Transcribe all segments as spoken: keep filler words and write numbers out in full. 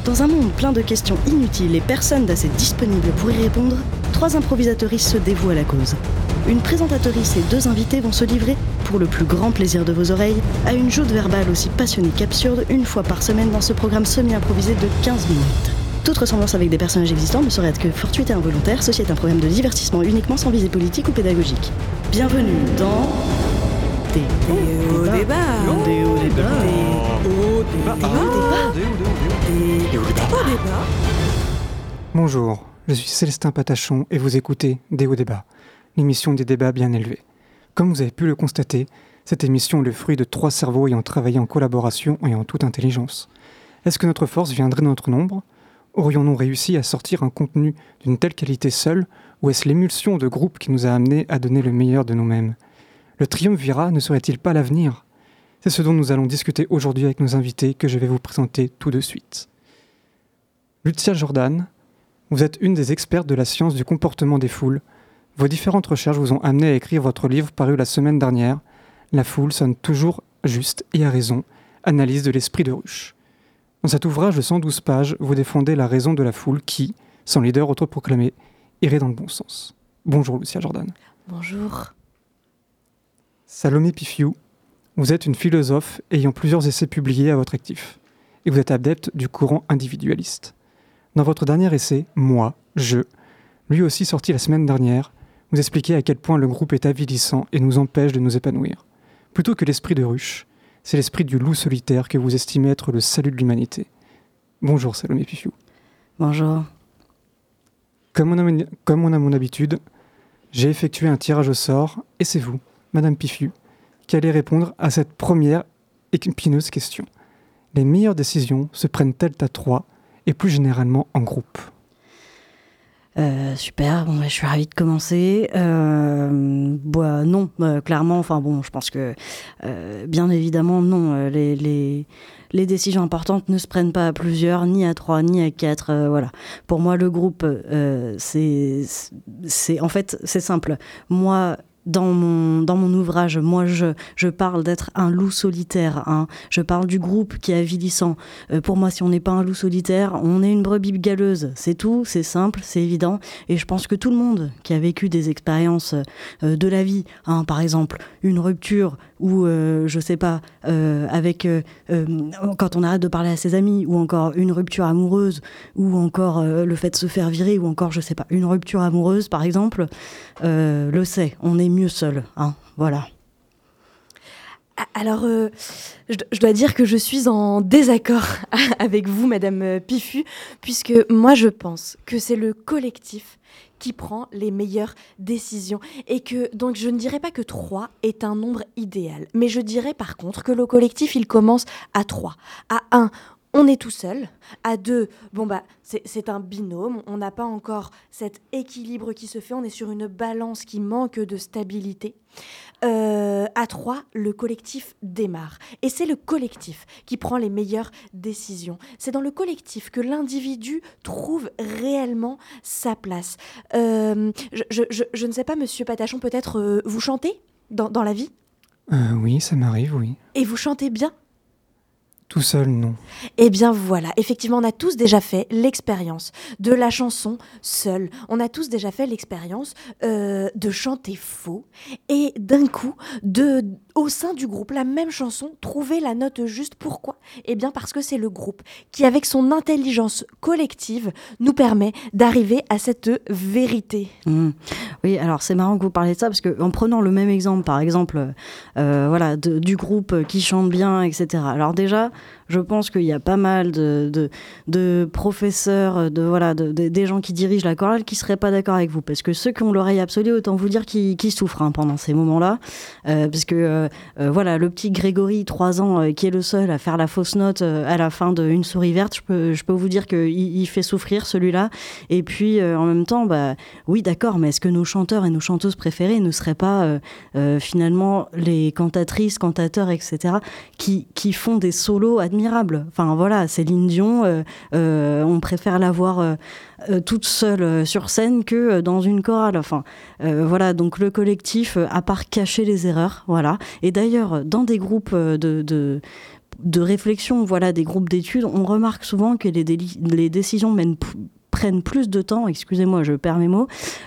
Dans un monde plein de questions inutiles et personne d'assez disponible pour y répondre, trois improvisatrices se dévouent à la cause. Une présentatrice et deux invités vont se livrer, pour le plus grand plaisir de vos oreilles, à une joute verbale aussi passionnée qu'absurde une fois par semaine dans ce programme semi-improvisé de quinze minutes. Toute ressemblance avec des personnages existants ne saurait être que fortuite et involontaire, ceci est un programme de divertissement uniquement sans visée politique ou pédagogique. Bienvenue dans... Des hauts débats. Des hauts débats. Des hauts débats. Bonjour, je suis Célestin Patachon et vous écoutez Des hauts débats, l'émission des débats bien élevés. Comme vous avez pu le constater, cette émission est le fruit de trois cerveaux ayant travaillé en collaboration et en toute intelligence. Est-ce que notre force viendrait de notre nombre ? Aurions-nous réussi à sortir un contenu d'une telle qualité seule, ou est-ce l'émulsion de groupe qui nous a amenés à donner le meilleur de nous-mêmes ? Le triumvirat ne serait-il pas l'avenir ? C'est ce dont nous allons discuter aujourd'hui avec nos invités que je vais vous présenter tout de suite. Lucia Jordan, vous êtes une des expertes de la science du comportement des foules. Vos différentes recherches vous ont amené à écrire votre livre paru la semaine dernière, La foule sonne toujours juste et a raison, analyse de l'esprit de ruche. Dans cet ouvrage de cent douze pages, vous défendez la raison de la foule qui, sans leader autoproclamé, irait dans le bon sens. Bonjour Lucia Jordan. Bonjour. Salomé Pifiou, vous êtes une philosophe ayant plusieurs essais publiés à votre actif, et vous êtes adepte du courant individualiste. Dans votre dernier essai, Moi, je, lui aussi sorti la semaine dernière, vous expliquez à quel point le groupe est avilissant et nous empêche de nous épanouir. Plutôt que l'esprit de ruche, c'est l'esprit du loup solitaire que vous estimez être le salut de l'humanité. Bonjour Salomé Pifiou. Bonjour. Comme on a, comme on a mon habitude, j'ai effectué un tirage au sort, et c'est vous, Madame Pifiou, qui allez répondre à cette première épineuse question. Les meilleures décisions se prennent-elles à trois, et plus généralement en groupe ? Euh, super, bon, bah, je suis ravie de commencer. Euh, bah, non, euh, clairement, enfin bon, je pense que euh, bien évidemment, non, euh, les, les, les décisions importantes ne se prennent pas à plusieurs, ni à trois, ni à quatre. Euh, voilà. Pour moi, le groupe, euh, c'est, c'est, en fait, c'est simple. Moi, Dans mon, dans mon ouvrage, moi, je, je parle d'être un loup solitaire. Hein. Je parle du groupe qui est avilissant. Euh, pour moi, si on n'est pas un loup solitaire, on est une brebis galeuse. C'est tout, c'est simple, c'est évident. Et je pense que tout le monde qui a vécu des expériences euh, de la vie, hein, par exemple, une rupture ou, euh, je sais pas, euh, avec euh, euh, quand on arrête de parler à ses amis, ou encore une rupture amoureuse, ou encore euh, le fait de se faire virer, ou encore, je sais pas, une rupture amoureuse, par exemple, euh, le sait, on est mieux seul, hein, voilà. Alors, euh, je, je dois dire que je suis en désaccord avec vous, Madame Pifiou, puisque moi, je pense que c'est le collectif qui prend les meilleures décisions. Et que, donc, je ne dirais pas que trois est un nombre idéal, mais je dirais par contre que le collectif, il commence à trois. À un, on est tout seul. À deux, bon bah, c'est, c'est un binôme. On n'a pas encore cet équilibre qui se fait. On est sur une balance qui manque de stabilité. Euh, à trois, le collectif démarre. Et c'est le collectif qui prend les meilleures décisions. C'est dans le collectif que l'individu trouve réellement sa place. Euh, je, je, je, je ne sais pas, Monsieur Patachon, peut-être euh, vous chantez dans, dans la vie ? euh, Oui, ça m'arrive, oui. Et vous chantez bien ? Tout seul, non. Eh bien voilà, effectivement, on a tous déjà fait l'expérience de la chanson seule. On a tous déjà fait l'expérience euh, de chanter faux et d'un coup, de, au sein du groupe, la même chanson, trouver la note juste. Pourquoi ? Eh bien parce que c'est le groupe qui, avec son intelligence collective, nous permet d'arriver à cette vérité. Mmh. Oui, alors c'est marrant que vous parliez de ça, parce qu'en prenant le même exemple, par exemple, euh, voilà, de, du groupe qui chante bien, et cetera. Alors déjà, je pense qu'il y a pas mal de, de, de professeurs, de, voilà, de, de, des gens qui dirigent la chorale qui ne seraient pas d'accord avec vous. Parce que ceux qui ont l'oreille absolue, autant vous dire qu'ils, qu'ils souffrent hein, pendant ces moments-là. Euh, parce que euh, euh, voilà, le petit Grégory, trois ans, euh, qui est le seul à faire la fausse note euh, à la fin d'une souris verte, je peux, je peux vous dire qu'il il fait souffrir celui-là. Et puis euh, en même temps, bah, oui d'accord, mais est-ce que nos chanteurs et nos chanteuses préférées ne seraient pas euh, euh, finalement les cantatrices, cantateurs, et cetera, qui, qui font des solos admirables. Enfin voilà, Céline Dion, euh, euh, on préfère la voir euh, euh, toute seule euh, sur scène que euh, dans une chorale. Enfin euh, voilà, donc le collectif, euh, à part cacher les erreurs, voilà. Et d'ailleurs, dans des groupes de, de de réflexion, voilà, des groupes d'études, on remarque souvent que les, déli- les décisions mènent p- prennent plus de temps, excusez-moi, je perds mes mots,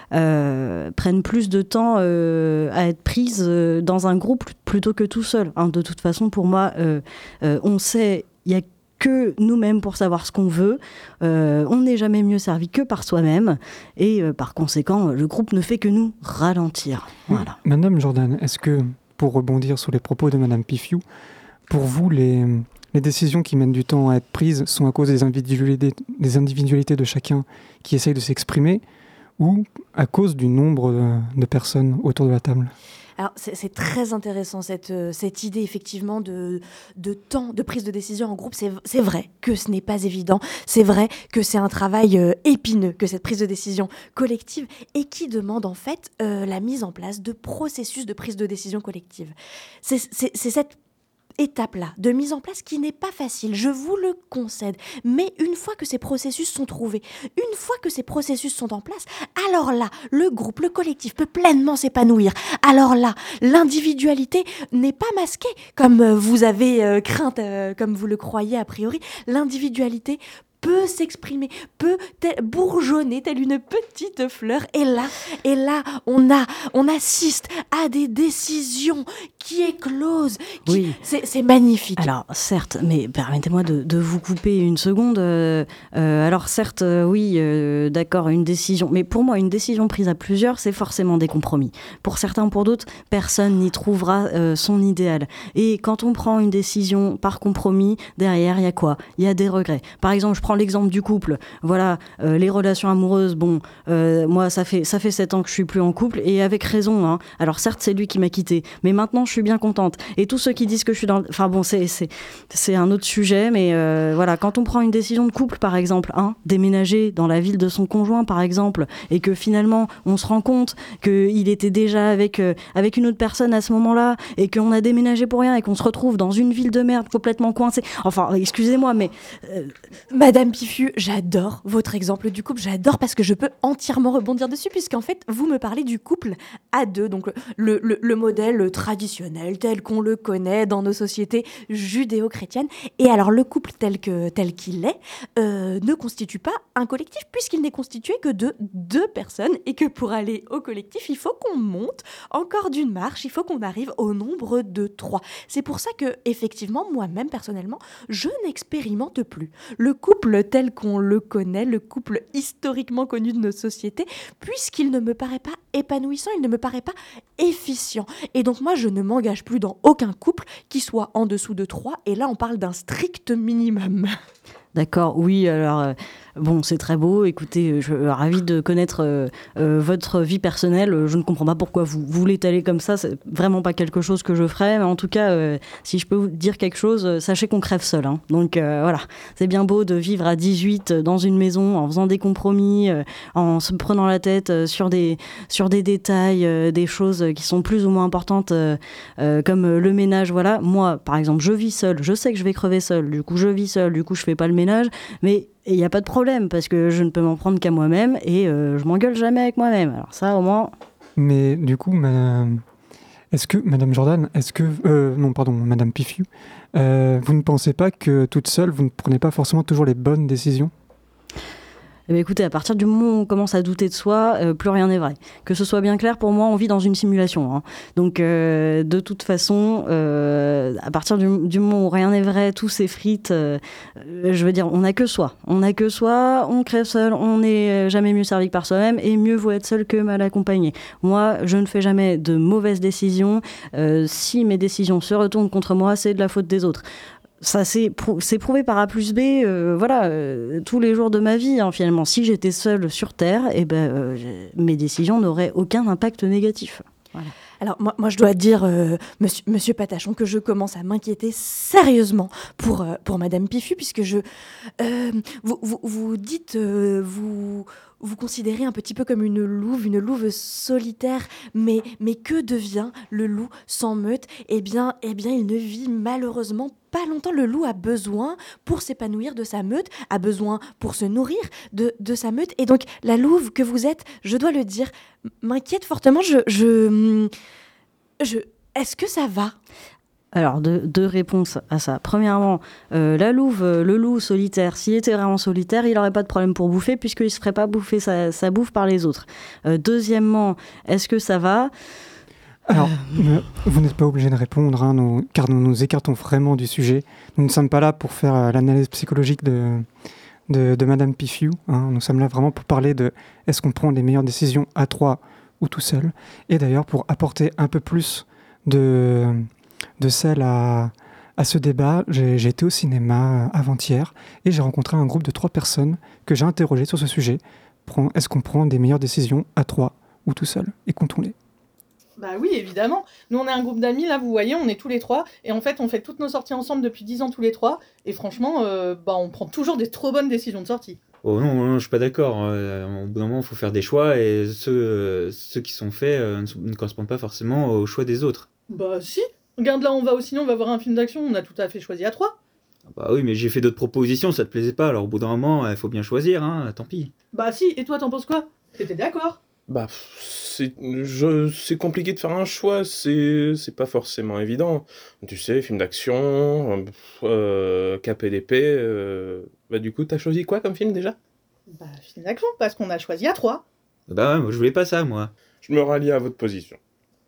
euh, prennent plus de temps euh, à être prises euh, dans un groupe plutôt que tout seul. Hein. De toute façon, pour moi, euh, euh, on sait, il y a que nous-mêmes pour savoir ce qu'on veut. Euh, on n'est jamais mieux servi que par soi-même. Et euh, par conséquent, le groupe ne fait que nous ralentir. Voilà. Madame Jordan, est-ce que, pour rebondir sur les propos de Madame Pifiou, pour vous, les, les décisions qui mènent du temps à être prises sont à cause des individualités, des individualités de chacun qui essayent de s'exprimer ou à cause du nombre de, de personnes autour de la table ? Alors, c'est, c'est très intéressant, cette, euh, cette idée, effectivement, de, de temps, de prise de décision en groupe. C'est, c'est vrai que ce n'est pas évident. C'est vrai que c'est un travail euh, épineux, que cette prise de décision collective, et qui demande, en fait, euh, la mise en place de processus de prise de décision collective. C'est, c'est, c'est cette étape-là de mise en place qui n'est pas facile, je vous le concède. Mais une fois que ces processus sont trouvés, une fois que ces processus sont en place, alors là, le groupe, le collectif peut pleinement s'épanouir. Alors là, l'individualité n'est pas masquée comme vous avez euh, crainte, euh, comme vous le croyez a priori. L'individualité peut s'exprimer, peut tel, bourgeonner telle une petite fleur. Et là, et là, on a, on assiste à des décisions qui éclosent. Qui, oui. c'est, c'est magnifique. Alors, certes, mais permettez-moi de, de vous couper une seconde. Euh, euh, alors, certes, euh, oui, euh, d'accord, une décision. Mais pour moi, une décision prise à plusieurs, c'est forcément des compromis. Pour certains, pour d'autres, personne n'y trouvera euh, son idéal. Et quand on prend une décision par compromis, derrière, il y a quoi ? Il y a des regrets. Par exemple, je prends l'exemple du couple. Voilà, euh, les relations amoureuses, bon, euh, moi, ça fait, ça fait sept ans que je suis plus en couple, et avec raison. Hein. Alors, certes, c'est lui qui m'a quittée, mais maintenant, je suis bien contente. Et tous ceux qui disent que je suis dans... Enfin bon, c'est, c'est, c'est un autre sujet, mais euh, voilà, quand on prend une décision de couple, par exemple, hein, déménager dans la ville de son conjoint, par exemple, et que finalement, on se rend compte qu'il était déjà avec, euh, avec une autre personne à ce moment-là, et qu'on a déménagé pour rien, et qu'on se retrouve dans une ville de merde complètement coincée. Enfin, excusez-moi, mais... Euh... Madame Pifiou, j'adore votre exemple du couple, j'adore parce que je peux entièrement rebondir dessus, puisqu'en fait, vous me parlez du couple à deux, donc le, le, le modèle traditionnel tel qu'on le connaît dans nos sociétés judéo-chrétiennes. Et alors, le couple tel, que, tel qu'il est euh, ne constitue pas un collectif, puisqu'il n'est constitué que de deux personnes, et que pour aller au collectif, il faut qu'on monte encore d'une marche, il faut qu'on arrive au nombre de trois. C'est pour ça que, effectivement, moi-même, personnellement, je n'expérimente plus le couple tel qu'on le connaît, le couple historiquement connu de nos sociétés, puisqu'il ne me paraît pas épanouissant, il ne me paraît pas efficient. Et donc moi, je ne m'engage plus dans aucun couple qui soit en dessous de trois, et là, on parle d'un strict minimum. D'accord, oui, alors... Euh... Bon, c'est très beau. Écoutez, je suis ravie de connaître euh, euh, votre vie personnelle. Je ne comprends pas pourquoi vous, vous l'étalez comme ça. C'est vraiment pas quelque chose que je ferais. Mais en tout cas, euh, si je peux vous dire quelque chose, sachez qu'on crève seul. Hein. Donc euh, voilà, c'est bien beau de vivre à dix-huit dans une maison en faisant des compromis, euh, en se prenant la tête euh, sur des sur des détails, euh, des choses qui sont plus ou moins importantes, euh, euh, comme le ménage. Voilà, moi, par exemple, je vis seule. Je sais que je vais crever seule. Du coup, je vis seule. Du coup, je fais pas le ménage. Mais et il n'y a pas de problème, parce que je ne peux m'en prendre qu'à moi-même, et euh, je m'engueule jamais avec moi-même. Alors ça, au moins... Mais du coup, madame, est-ce que, Madame Jordan, est-ce que... Euh, non, pardon, Madame Pifiou, euh, vous ne pensez pas que toute seule, vous ne prenez pas forcément toujours les bonnes décisions ? Eh bien, écoutez, à partir du moment où on commence à douter de soi, euh, plus rien n'est vrai. Que ce soit bien clair, pour moi, on vit dans une simulation. Hein. Donc, euh, de toute façon, euh, à partir du, du moment où rien n'est vrai, tout s'effrite, euh, je veux dire, on n'a que soi. On n'a que soi, on crève seul, on n'est jamais mieux servi que par soi-même, et mieux vaut être seul que mal accompagné. Moi, je ne fais jamais de mauvaises décisions. Euh, si mes décisions se retournent contre moi, c'est de la faute des autres. Ça, c'est, prou- c'est prouvé par A plus B, euh, voilà, euh, tous les jours de ma vie, hein, finalement. Si j'étais seule sur Terre, eh ben, euh, mes décisions n'auraient aucun impact négatif. Voilà. Alors moi, moi je dois dire, euh, monsieur, monsieur Patachon, que je commence à m'inquiéter sérieusement pour, euh, pour Madame Pifiou, puisque je, euh, vous, vous, vous dites, euh, vous... vous considérez un petit peu comme une louve, une louve solitaire, mais, mais que devient le loup sans meute ? Eh bien, eh bien, il ne vit malheureusement pas longtemps. Le loup a besoin, pour s'épanouir de sa meute, a besoin pour se nourrir de, de sa meute. Et donc, la louve que vous êtes, je dois le dire, m'inquiète fortement. Je, je, je, est-ce que ça va ? Alors, deux, deux réponses à ça. Premièrement, euh, la louve, euh, le loup solitaire, s'il était vraiment solitaire, il n'aurait pas de problème pour bouffer, puisqu'il ne se ferait pas bouffer sa, sa bouffe par les autres. Euh, deuxièmement, est-ce que ça va ? Alors, euh... vous n'êtes pas obligé de répondre, hein, nous, car nous nous écartons vraiment du sujet. Nous ne sommes pas là pour faire euh, l'analyse psychologique de, de, de Madame Piffiou. Hein. Nous sommes là vraiment pour parler de est-ce qu'on prend les meilleures décisions à trois ou tout seul. Et d'ailleurs, pour apporter un peu plus de, de sel à, à ce débat, j'ai, j'ai été au cinéma avant-hier et j'ai rencontré un groupe de trois personnes que j'ai interrogées sur ce sujet. Prends, est-ce qu'on prend des meilleures décisions à trois ou tout seul ? Et comptons-les. Bah oui, évidemment. Nous, on est un groupe d'amis, là, vous voyez, on est tous les trois. Et en fait, on fait toutes nos sorties ensemble depuis dix ans tous les trois. Et franchement, euh, bah, on prend toujours des trop bonnes décisions de sortie. Oh non, non, je suis pas d'accord. Euh, au bout d'un moment, il faut faire des choix. Et ceux, euh, ceux qui sont faits euh, ne, ne correspondent pas forcément au choix des autres. Bah si. Regarde, là, on va au ciné, on va voir un film d'action. On a tout à fait choisi à trois. Bah oui, mais j'ai fait d'autres propositions, ça te plaisait pas. Alors au bout d'un moment, il faut bien choisir, hein. Tant pis. Bah si, et toi, t'en penses quoi ? T'étais d'accord ? Bah, c'est, je, c'est compliqué de faire un choix, c'est, c'est pas forcément évident. Tu sais, film d'action, euh, K P D P, euh, bah du coup, t'as choisi quoi comme film déjà ? Bah, film d'action, parce qu'on a choisi à trois. Bah ouais, moi je voulais pas ça, moi. Je me rallie à votre position.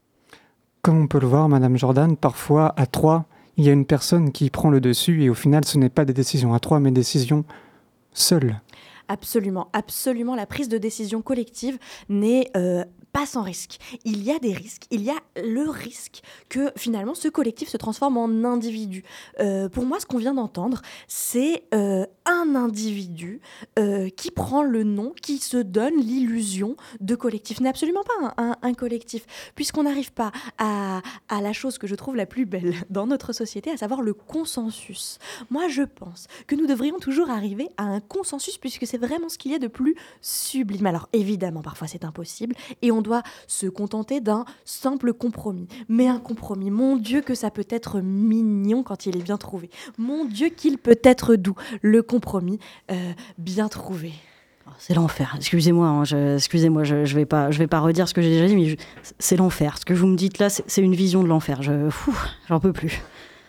Comme on peut le voir, Madame Jordan, parfois, à trois, il y a une personne qui prend le dessus et au final, ce n'est pas des décisions à trois, mais des décisions seules. Absolument, absolument. La prise de décision collective n'est euh, pas sans risque. Il y a des risques. Il y a le risque que finalement ce collectif se transforme en individu. Euh, pour moi, ce qu'on vient d'entendre, c'est euh, un individu euh, qui prend le nom, qui se donne l'illusion de collectif. Ce n'est absolument pas un, un, un collectif, puisqu'on n'arrive pas à, à la chose que je trouve la plus belle dans notre société, à savoir le consensus. Moi, je pense que nous devrions toujours arriver à un consensus, puisque c'est vraiment ce qu'il y a de plus sublime. Alors évidemment, parfois c'est impossible et on doit se contenter d'un simple compromis. Mais un compromis, mon Dieu que ça peut être mignon quand il est bien trouvé. Mon Dieu qu'il peut être doux. Le compromis euh, bien trouvé. C'est l'enfer. Excusez-moi, hein, je, excusez-moi, je, je vais pas, je vais pas redire ce que j'ai déjà dit, mais je, c'est l'enfer. Ce que vous me dites là, c'est, c'est une vision de l'enfer. Je, fou, j'en peux plus.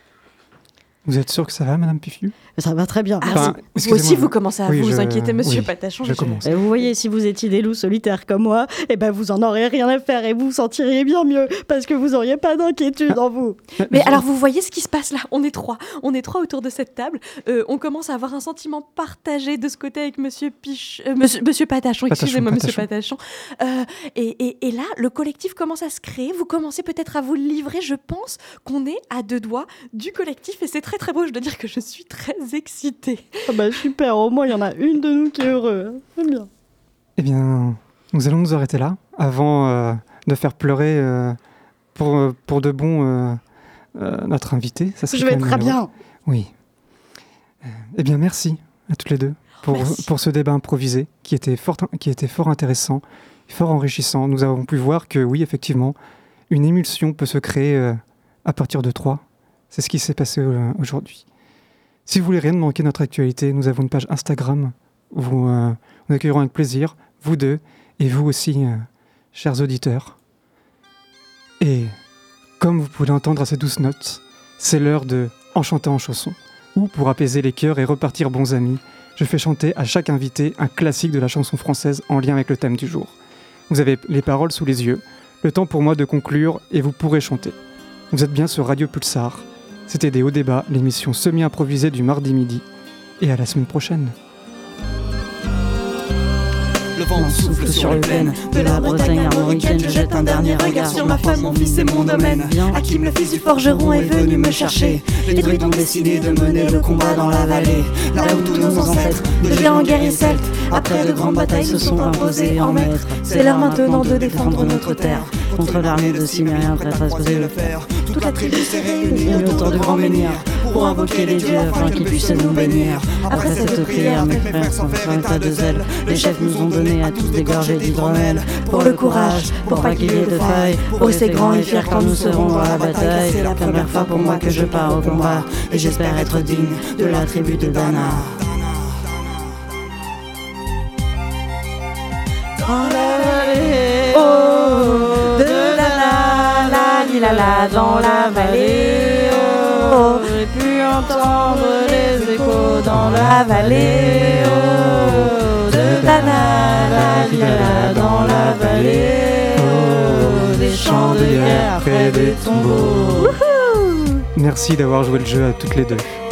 Vous êtes sûr que ça va, Madame Piffiou ? Ça va très bien. Ah, enfin, vous aussi, vous commencez à oui, vous je... inquiéter, Monsieur oui, Patachon. Je commence. Et vous voyez, si vous étiez des loups solitaires comme moi, eh ben vous en auriez rien à faire et vous vous sentiriez bien mieux parce que vous auriez pas d'inquiétude en vous. Mais alors, vous voyez ce qui se passe là ? On est trois, on est trois autour de cette table. Euh, on commence à avoir un sentiment partagé de ce côté avec Monsieur Piche, euh, Monsieur, Monsieur Patachon. Excusez-moi, Patachon. Monsieur Patachon. Euh, et, et, et là, le collectif commence à se créer. Vous commencez peut-être à vous livrer. Je pense qu'on est à deux doigts du collectif et c'est très très beau. Je dois dire que je suis très excitée. Ah bah super, au moins il y en a une de nous qui est heureuse. C'est bien. Eh bien, nous allons nous arrêter là, avant euh, de faire pleurer euh, pour, pour de bon euh, euh, notre invité. Ça Je vais très heureux. bien. Oui. Euh, eh bien, merci à toutes les deux pour, pour ce débat improvisé qui était, fort, qui était fort intéressant, fort enrichissant. Nous avons pu voir que oui, effectivement, une émulsion peut se créer euh, à partir de trois. C'est ce qui s'est passé euh, aujourd'hui. Si vous voulez rien manquer de notre actualité, nous avons une page Instagram où vous, euh, nous accueillerons avec plaisir, vous deux, et vous aussi, euh, chers auditeurs. Et comme vous pouvez l'entendre à ces douces notes, c'est l'heure de En chantant en chanson, où pour apaiser les cœurs et repartir bons amis, je fais chanter à chaque invité un classique de la chanson française en lien avec le thème du jour. Vous avez les paroles sous les yeux, le temps pour moi de conclure et vous pourrez chanter. Vous êtes bien sur Radio Pulsar. C'était Des Hauts Débats, l'émission semi-improvisée du mardi midi. Et à la semaine prochaine. Le vent souffle sur les plaines de la Bretagne armoricaine. Je jette un dernier regard sur ma femme, mon fils et mon domaine. Hakim, le fils du forgeron, est venu me chercher. Les druides ont décidé de mener le combat dans la vallée, là où tous nos ancêtres, de géants guerriers celtes, après de grandes batailles, se sont imposés en maîtres. C'est l'heure maintenant de défendre notre terre contre l'armée de Cimériens prêts à poser le fer. Toute la tribu s'est réunie autour du grand menhir pour invoquer les dieux afin qu'ils puissent nous bénir. Après cette prière, mes frères sans faire état de zèle, les chefs nous ont donné à tous des gorgées d'hydromel. Pour le courage, pour pas qu'il y ait de faille, pour rester grand et fier quand nous serons dans la bataille. C'est la première fois pour moi que je pars au combat et j'espère être digne de la tribu de Dana. Dans la vallée, oh, de Dana, la la la, dans la vallée, oh. oh, j'ai pu entendre les échos dans la vallée, oh, de Tanana, dans la vallée, oh, des champs de guerre près des tombeaux. Merci d'avoir joué le jeu à toutes les deux.